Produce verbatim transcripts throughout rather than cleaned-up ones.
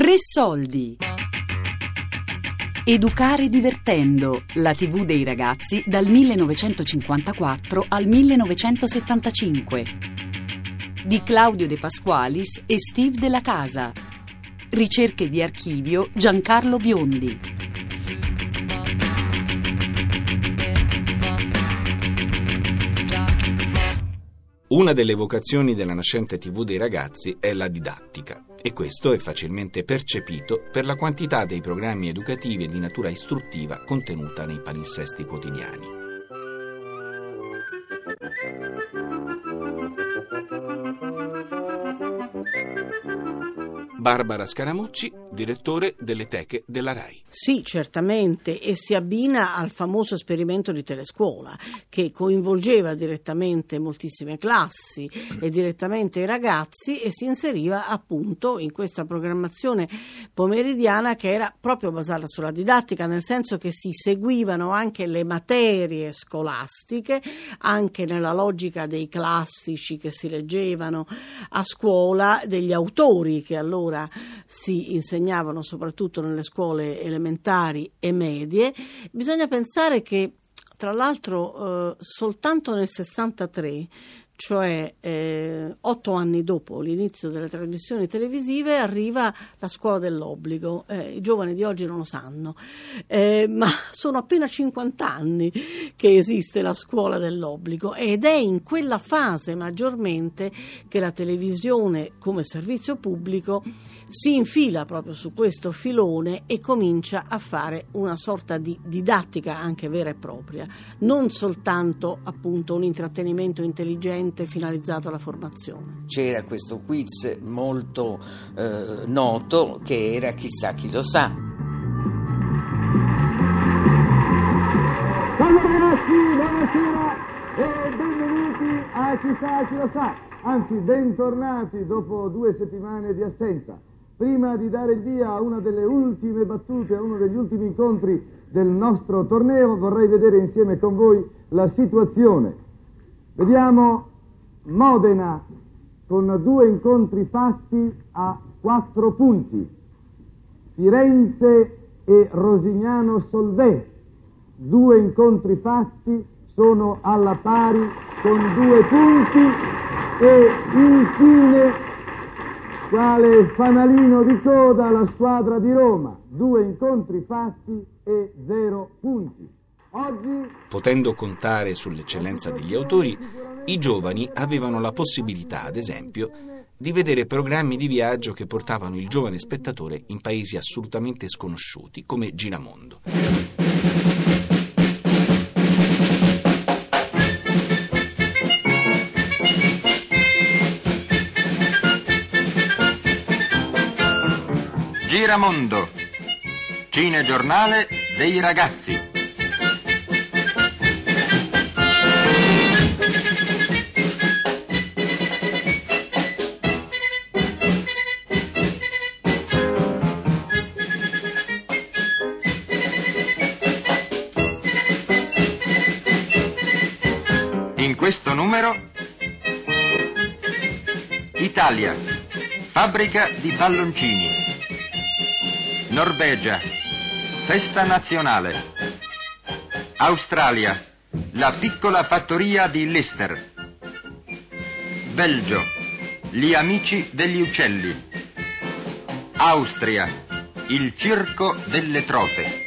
Tre soldi. Educare divertendo, la tivù dei ragazzi dal millenovecentocinquantaquattro al millenovecentosettantacinque. Di Claudio De Pasqualis e Steve Della Casa. Ricerche di archivio Giancarlo Biondi. Una delle vocazioni della nascente tivù dei ragazzi è la didattica, e questo è facilmente percepito per la quantità dei programmi educativi e di natura istruttiva contenuta nei palinsesti quotidiani. Barbara Scaramucci, direttore delle teche della RAI. Sì, certamente, e si abbina al famoso esperimento di telescuola che coinvolgeva direttamente moltissime classi e direttamente i ragazzi e si inseriva appunto in questa programmazione pomeridiana che era proprio basata sulla didattica, nel senso che si seguivano anche le materie scolastiche, anche nella logica dei classici che si leggevano a scuola, degli autori che allora si insegnavano soprattutto nelle scuole elementari e medie. Bisogna pensare che tra l'altro eh, soltanto nel sessantatré, cioè eh, otto anni dopo l'inizio delle trasmissioni televisive, arriva la scuola dell'obbligo. Eh, I giovani di oggi non lo sanno, eh, ma sono appena cinquanta anni che esiste la scuola dell'obbligo ed è in quella fase maggiormente che la televisione come servizio pubblico si infila proprio su questo filone e comincia a fare una sorta di didattica anche vera e propria, non soltanto appunto un intrattenimento intelligente finalizzato alla formazione. C'era questo quiz molto eh, noto che era Chissà chi lo sa. Salve ragazzi, buonasera e benvenuti a Chissà chi lo sa, anzi bentornati dopo due settimane di assenza. Prima di dare il via a una delle ultime battute, a uno degli ultimi incontri del nostro torneo, vorrei vedere insieme con voi la situazione. Vediamo Modena con due incontri fatti a quattro punti. Firenze e Rosignano Solvay, due incontri fatti, sono alla pari con due punti e infine, quale fanalino di coda, la squadra di Roma, due incontri fatti e zero punti. Oggi, potendo contare sull'eccellenza degli autori, i giovani avevano la possibilità, ad esempio, di vedere programmi di viaggio che portavano il giovane spettatore in paesi assolutamente sconosciuti, come Giramondo. Giramondo, cinegiornale dei ragazzi. In questo numero, Italia, fabbrica di palloncini. Norvegia, festa nazionale. Australia, la piccola fattoria di Lister. Belgio, gli amici degli uccelli. Austria, il circo delle trote.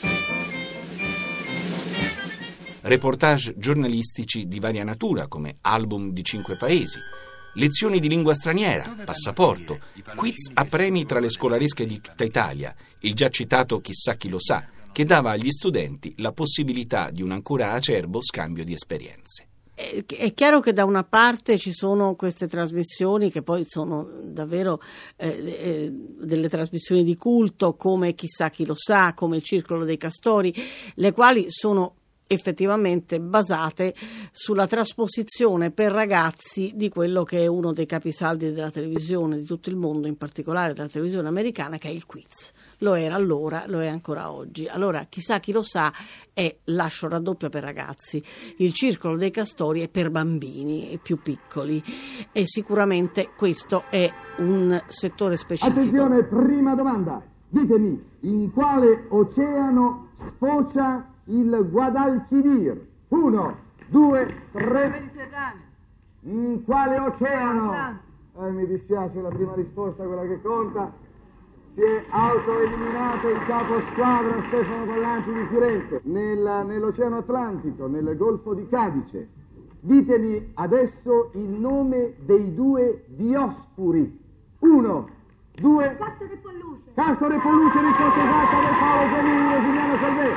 Reportage giornalistici di varia natura, come album di cinque paesi, lezioni di lingua straniera, passaporto, quiz a premi tra le scolaresche di tutta Italia, il già citato Chissà chi lo sa, che dava agli studenti la possibilità di un ancora acerbo scambio di esperienze. È chiaro che da una parte ci sono queste trasmissioni che poi sono davvero eh, delle trasmissioni di culto, come Chissà chi lo sa, come il Circolo dei Castori, le quali sono effettivamente basate sulla trasposizione per ragazzi di quello che è uno dei capisaldi della televisione di tutto il mondo, in particolare della televisione americana, che è il quiz. lo era allora, lo è ancora oggi. Allora, chissà chi lo sa, è Lascio raddoppia per ragazzi. Il Circolo dei Castori è per bambini più piccoli e sicuramente questo è un settore specifico. Attenzione, prima domanda. Ditemi, in quale oceano sfocia il Guadalquivir? Uno, due, tre. In quale oceano? Eh, mi dispiace, la prima risposta, quella che conta. Si è autoeliminato il capo squadra Stefano Ballanti di Firenze nel, nell'Oceano Atlantico, nel Golfo di Cadice. Ditemi adesso il nome dei due Diospuri. Uno, due... Castore e Polluce. Castore e Polluce, risposta esatta del Paolo Giannini e Giuliano Salvè.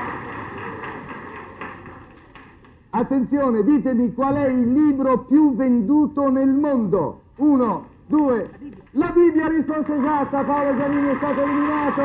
Attenzione, ditemi qual è il libro più venduto nel mondo. Uno, due... La Bibbia, risposta esatta. Paolo Giannini è stato eliminato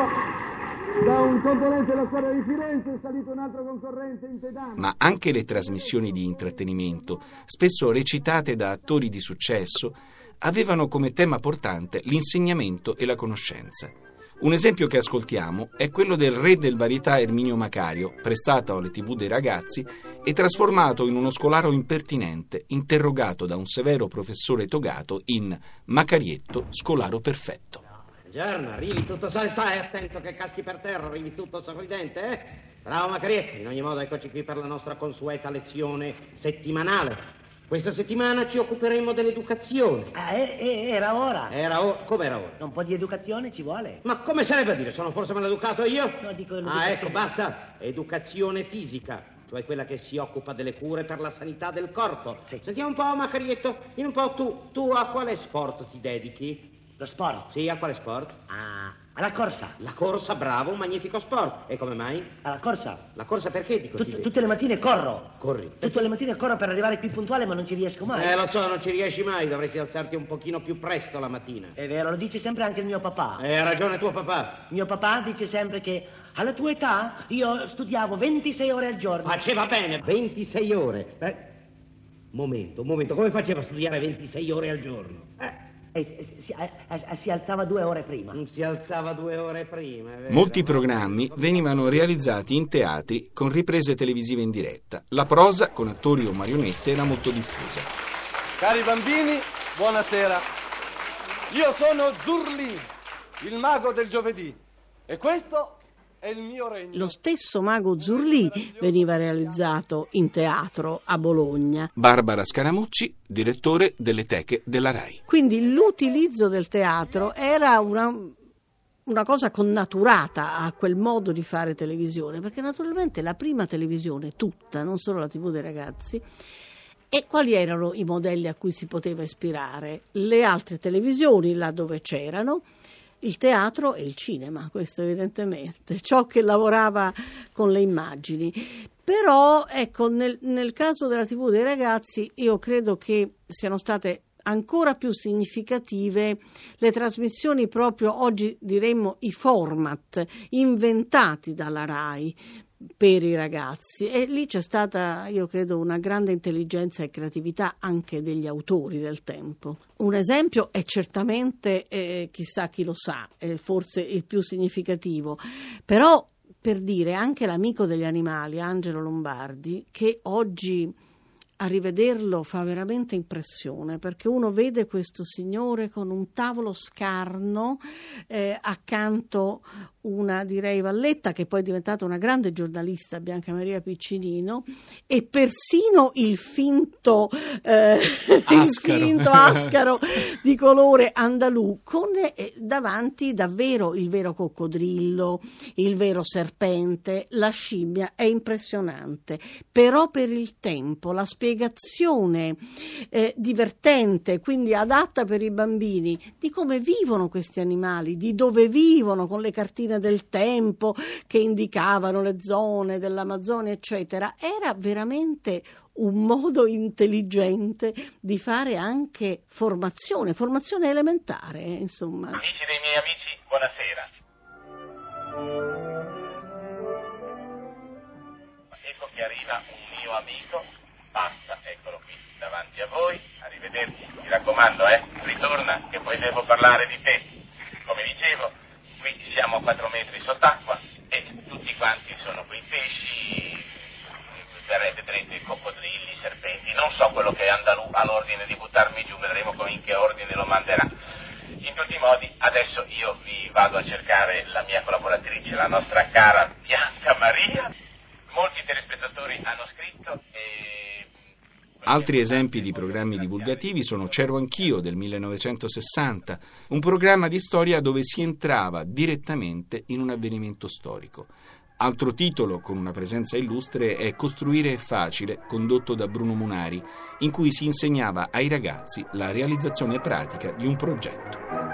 da un componente della squadra di Firenze, è salito un altro concorrente in pedana. Ma anche le trasmissioni di intrattenimento, spesso recitate da attori di successo, avevano come tema portante l'insegnamento e la conoscenza. Un esempio che ascoltiamo è quello del re del varietà Erminio Macario, prestato alle tivù dei ragazzi e trasformato in uno scolaro impertinente, interrogato da un severo professore togato in Macarietto, scolaro perfetto. Buongiorno, arrivi tutto sorridente, stai attento che caschi per terra, arrivi tutto sorridente, eh? Bravo Macarietto, in ogni modo eccoci qui per la nostra consueta lezione settimanale. Questa settimana ci occuperemo dell'educazione. Ah, eh, eh, era ora. Era ora? Come era ora? Un po' di educazione ci vuole. Ma come sarebbe a dire? Sono forse maleducato io? No, dico Ah, ecco, basta. Educazione fisica, cioè quella che si occupa delle cure per la sanità del corpo. Sì. Sentiamo un po', Macarietto, dimmi un po' tu, tu a quale sport ti dedichi? Lo sport? Sì, a quale sport? Ah, alla corsa. La corsa, bravo, un magnifico sport. E come mai? Alla corsa. La corsa perché, dico? Tut- ti tutte le mattine corro. Corri. Tutte le mattine corro per arrivare qui puntuale, ma non ci riesco mai. Eh, lo so, non ci riesci mai, dovresti alzarti un pochino più presto la mattina. È vero, lo dice sempre anche il mio papà. Eh, ha ragione tuo papà. Mio papà dice sempre che alla tua età io studiavo ventisei ore al giorno. Faceva bene, ventisei ore. Eh, momento, momento, come faceva a studiare ventisei ore al giorno? Eh, eh, si, si, eh, si alzava due ore prima. Si alzava due ore prima, è vero? Molti programmi venivano realizzati in teatri con riprese televisive in diretta. La prosa con attori o marionette era molto diffusa. Cari bambini, buonasera. Io sono Zurlì, il mago del giovedì, e questo è il mio regno. Lo stesso mago Zurlì veniva realizzato in teatro a Bologna. Barbara Scaramucci, direttore delle teche della Rai. Quindi l'utilizzo del teatro era una, una cosa connaturata a quel modo di fare televisione, perché naturalmente la prima televisione tutta, non solo la tivù dei ragazzi, e quali erano i modelli a cui si poteva ispirare? Le altre televisioni, là dove c'erano, il teatro e il cinema, questo evidentemente, ciò che lavorava con le immagini. Però, ecco, nel, nel caso della tivù dei ragazzi, io credo che siano state ancora più significative le trasmissioni, proprio oggi diremmo i format inventati dalla Rai per i ragazzi, e lì c'è stata, io credo, una grande intelligenza e creatività anche degli autori del tempo. Un esempio è certamente eh, chissà chi lo sa, è forse il più significativo, però per dire anche L'amico degli animali, Angelo Lombardi, che oggi a rivederlo fa veramente impressione, perché uno vede questo signore con un tavolo scarno, eh, accanto una, direi, Valletta, che poi è diventata una grande giornalista, Bianca Maria Piccinino, e persino il finto eh, Ascaro. il finto Ascaro di colore andalù, con eh, davanti davvero il vero coccodrillo, il vero serpente, la scimmia. È impressionante, però per il tempo la spiegazione eh, divertente, quindi adatta per i bambini, di come vivono questi animali, di dove vivono, con le cartine del tempo che indicavano le zone dell'Amazzonia eccetera, era veramente un modo intelligente di fare anche formazione, formazione elementare, eh, insomma. Amici dei miei amici, buonasera. Ecco che arriva un mio amico, passa, eccolo qui davanti a voi, arrivederci, mi raccomando, eh, ritorna che poi devo parlare di te. Come dicevo, qui siamo a quattro metri sott'acqua e tutti quanti sono quei pesci, vedrete coccodrilli, serpenti, non so quello che Andalù ha l'ordine di buttarmi giù, vedremo in che ordine lo manderà. In tutti i modi, adesso io vi vado a cercare la mia collaboratrice, la nostra cara Bianca Maria. Molti telespettatori hanno scritto e... Altri esempi di programmi divulgativi sono C'ero anch'io del millenovecentosessanta, un programma di storia dove si entrava direttamente in un avvenimento storico. Altro titolo con una presenza illustre è Costruire è facile, condotto da Bruno Munari, in cui si insegnava ai ragazzi la realizzazione pratica di un progetto.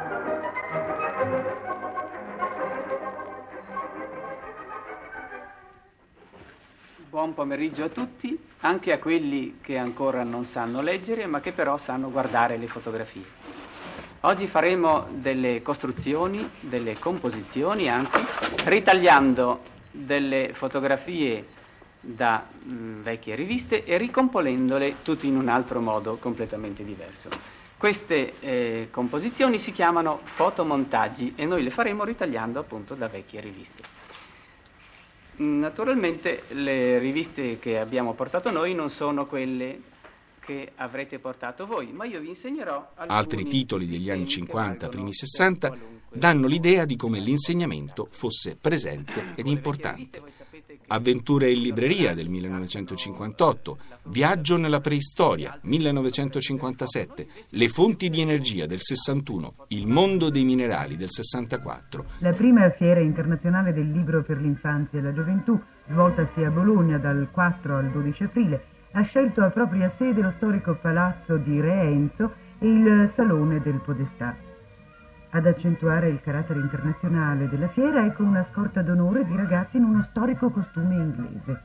Buon pomeriggio a tutti, anche a quelli che ancora non sanno leggere, ma che però sanno guardare le fotografie. Oggi faremo delle costruzioni, delle composizioni anche, ritagliando delle fotografie da mh, vecchie riviste e ricomponendole tutte in un altro modo completamente diverso. Queste eh, composizioni si chiamano fotomontaggi e noi le faremo ritagliando appunto da vecchie riviste. Naturalmente le riviste che abbiamo portato noi non sono quelle che avrete portato voi, ma io vi insegnerò alcuni altri titoli degli anni cinquanta, primi sessanta, danno l'idea di come l'insegnamento fosse presente ed importante. Avventure in libreria del millenovecentocinquantotto, Viaggio nella preistoria millenovecentocinquantasette, Le fonti di energia del sessantuno, Il mondo dei minerali del sessantaquattro. La prima fiera internazionale del libro per l'infanzia e la gioventù, svoltasi a Bologna dal quattro al dodici aprile, ha scelto a propria sede lo storico palazzo di Re Enzo e il Salone del Podestà. Ad accentuare il carattere internazionale della fiera ecco una scorta d'onore di ragazzi in uno storico costume inglese.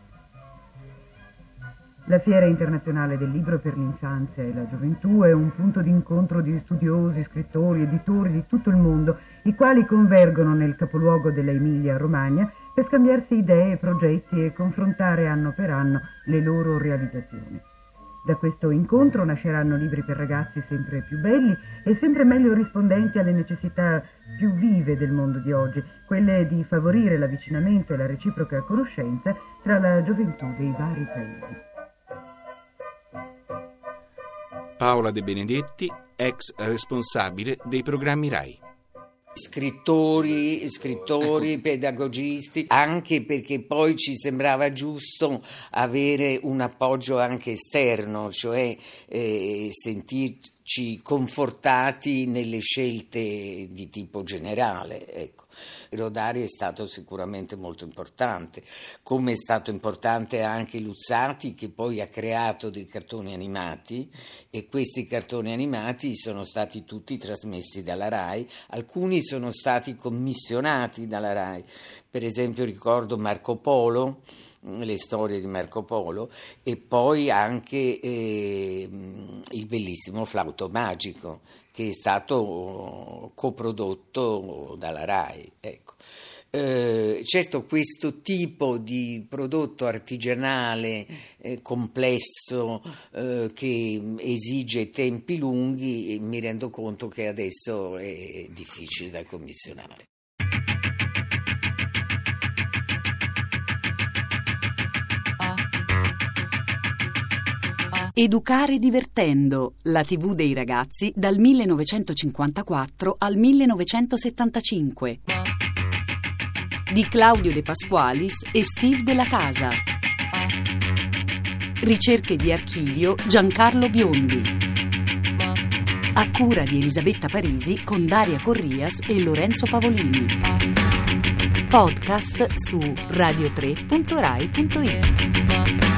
La Fiera Internazionale del Libro per l'Infanzia e la Gioventù è un punto d'incontro di studiosi, scrittori, editori di tutto il mondo, i quali convergono nel capoluogo della Emilia-Romagna per scambiarsi idee e progetti e confrontare anno per anno le loro realizzazioni. Da questo incontro nasceranno libri per ragazzi sempre più belli e sempre meglio rispondenti alle necessità più vive del mondo di oggi, quelle di favorire l'avvicinamento e la reciproca conoscenza tra la gioventù dei vari paesi. Paola De Benedetti, ex responsabile dei programmi RAI. Scrittori, scrittori, ecco. Pedagogisti, anche perché poi ci sembrava giusto avere un appoggio anche esterno, cioè eh, sentirci confortati nelle scelte di tipo generale, ecco. Rodari è stato sicuramente molto importante, come è stato importante anche Luzzati, che poi ha creato dei cartoni animati, e questi cartoni animati sono stati tutti trasmessi dalla RAI, alcuni sono stati commissionati dalla RAI. Per esempio ricordo Marco Polo, le storie di Marco Polo, e poi anche eh, il bellissimo Flauto Magico, che è stato coprodotto dalla RAI, ecco. Eh, certo, questo tipo di prodotto artigianale eh, complesso eh, che esige tempi lunghi, mi rendo conto che adesso è difficile da commissionare. Educare divertendo, la tivù dei ragazzi dal millenovecentocinquantaquattro al millenovecentosettantacinque. Di Claudio De Pasqualis e Steve Della Casa. Ricerche di archivio Giancarlo Biondi. A cura di Elisabetta Parisi con Daria Corrias e Lorenzo Pavolini. Podcast su radio tre punto rai punto it.